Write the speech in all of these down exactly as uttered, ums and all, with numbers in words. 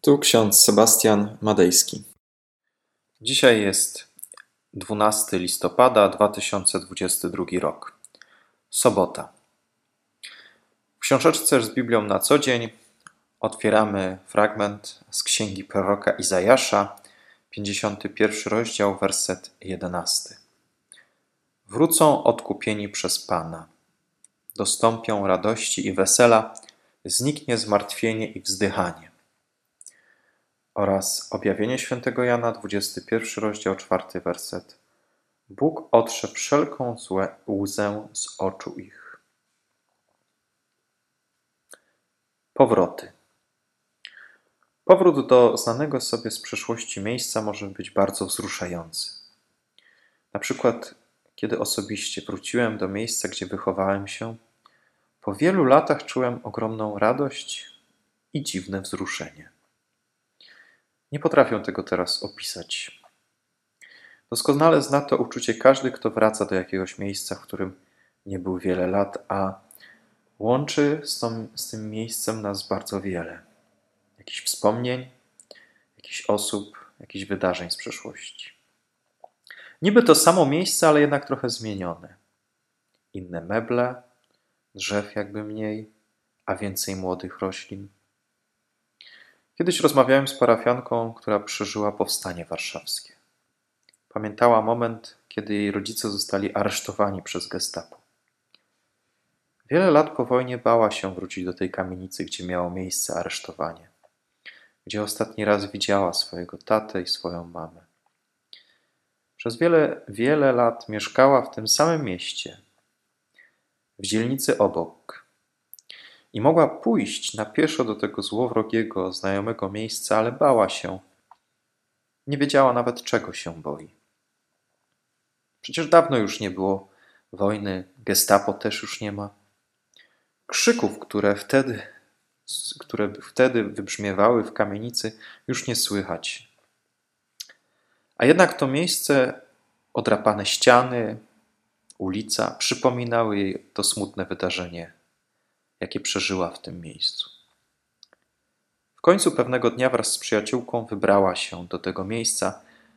Tu ksiądz Sebastian Madejski. Dzisiaj jest dwunastego listopada dwa tysiące dwudziesty drugi rok. Sobota. W książeczce z Biblią na co dzień otwieramy fragment z księgi proroka Izajasza, pięćdziesiąty pierwszy rozdział, werset jedenasty. Wrócą odkupieni przez Pana. Dostąpią radości i wesela, zniknie zmartwienie i wzdychanie. Oraz objawienie świętego Jana, dwudziesty pierwszy rozdział, czwarty werset. Bóg otrze wszelką złe łzę z oczu ich. Powroty. Powrót do znanego sobie z przeszłości miejsca może być bardzo wzruszający. Na przykład, kiedy osobiście wróciłem do miejsca, gdzie wychowałem się, po wielu latach czułem ogromną radość i dziwne wzruszenie. Nie potrafię tego teraz opisać. Doskonale zna to uczucie każdy, kto wraca do jakiegoś miejsca, w którym nie był wiele lat, a łączy z, tą, z tym miejscem nas bardzo wiele. Jakichś wspomnień, jakichś osób, jakichś wydarzeń z przeszłości. Niby to samo miejsce, ale jednak trochę zmienione. Inne meble, drzew jakby mniej, a więcej młodych roślin. Kiedyś rozmawiałem z parafianką, która przeżyła powstanie warszawskie. Pamiętała moment, kiedy jej rodzice zostali aresztowani przez gestapo. Wiele lat po wojnie bała się wrócić do tej kamienicy, gdzie miało miejsce aresztowanie, gdzie ostatni raz widziała swojego tatę i swoją mamę. Przez wiele, wiele lat mieszkała w tym samym mieście, w dzielnicy obok. I mogła pójść na pieszo do tego złowrogiego, znajomego miejsca, ale bała się. Nie wiedziała nawet, czego się boi. Przecież dawno już nie było wojny, gestapo też już nie ma. Krzyków, które wtedy, które wtedy wybrzmiewały w kamienicy, już nie słychać. A jednak to miejsce, odrapane ściany, ulica przypominały jej to smutne wydarzenie, jakie przeżyła w tym miejscu. W końcu pewnego dnia wraz z przyjaciółką wybrała się do tego miejsca,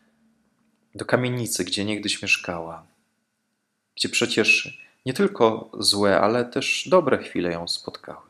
do kamienicy, gdzie niegdyś mieszkała, gdzie przecież nie tylko złe, ale też dobre chwile ją spotkały.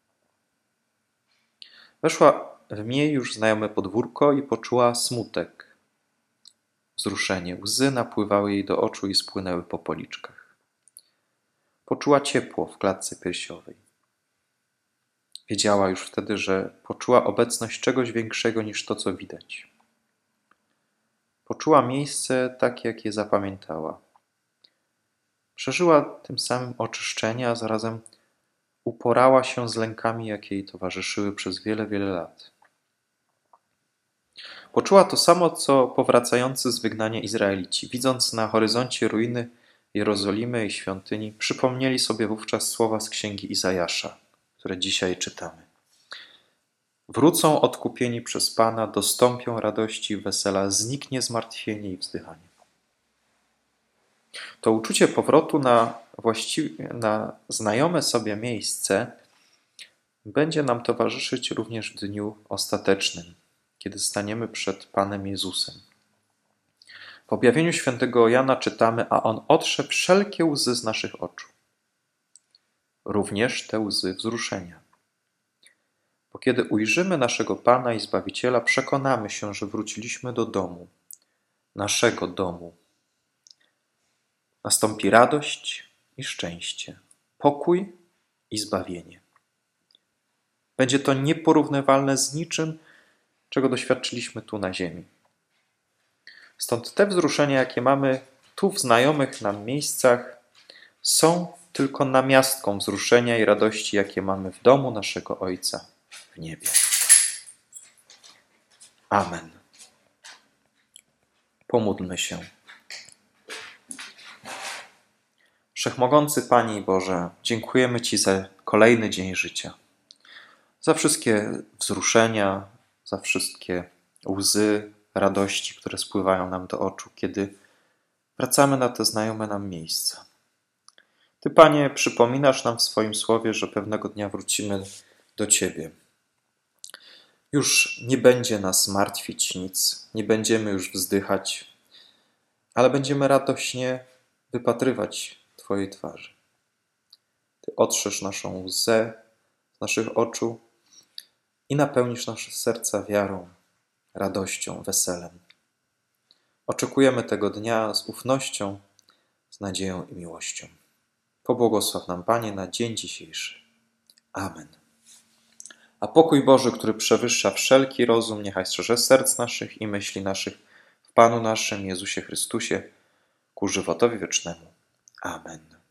Weszła w mniej już znajome podwórko i poczuła smutek, wzruszenie. Łzy napływały jej do oczu i spłynęły po policzkach. Poczuła ciepło w klatce piersiowej. Wiedziała już wtedy, że poczuła obecność czegoś większego niż to, co widać. Poczuła miejsce takie, jak je zapamiętała. Przeżyła tym samym oczyszczenie, a zarazem uporała się z lękami, jakie jej towarzyszyły przez wiele, wiele lat. Poczuła to samo, co powracający z wygnania Izraelici. Widząc na horyzoncie ruiny Jerozolimy i świątyni, przypomnieli sobie wówczas słowa z księgi Izajasza, które dzisiaj czytamy. Wrócą odkupieni przez Pana, dostąpią radości i wesela, zniknie zmartwienie i wzdychanie. To uczucie powrotu na, właściwie, na znajome sobie miejsce będzie nam towarzyszyć również w dniu ostatecznym, kiedy staniemy przed Panem Jezusem. W objawieniu świętego Jana czytamy, a On otrze wszelkie łzy z naszych oczu. Również te łzy wzruszenia. Bo kiedy ujrzymy naszego Pana i Zbawiciela, przekonamy się, że wróciliśmy do domu, naszego domu. Nastąpi radość i szczęście, pokój i zbawienie. Będzie to nieporównywalne z niczym, czego doświadczyliśmy tu na ziemi. Stąd te wzruszenia, jakie mamy tu w znajomych nam miejscach, są tylko namiastką wzruszenia i radości, jakie mamy w domu naszego Ojca w niebie. Amen. Pomódlmy się. Wszechmogący Panie Boże, dziękujemy Ci za kolejny dzień życia. Za wszystkie wzruszenia, za wszystkie łzy radości, które spływają nam do oczu, kiedy wracamy na te znajome nam miejsca. Ty, Panie, przypominasz nam w swoim słowie, że pewnego dnia wrócimy do Ciebie. Już nie będzie nas martwić nic, nie będziemy już wzdychać, ale będziemy radośnie wypatrywać Twojej twarzy. Ty otrzesz naszą łzę z naszych oczu i napełnisz nasze serca wiarą, radością, weselem. Oczekujemy tego dnia z ufnością, z nadzieją i miłością. Pobłogosław nam, Panie, na dzień dzisiejszy. Amen. A pokój Boży, który przewyższa wszelki rozum, niechaj strzeże serc naszych i myśli naszych w Panu naszym Jezusie Chrystusie ku żywotowi wiecznemu. Amen.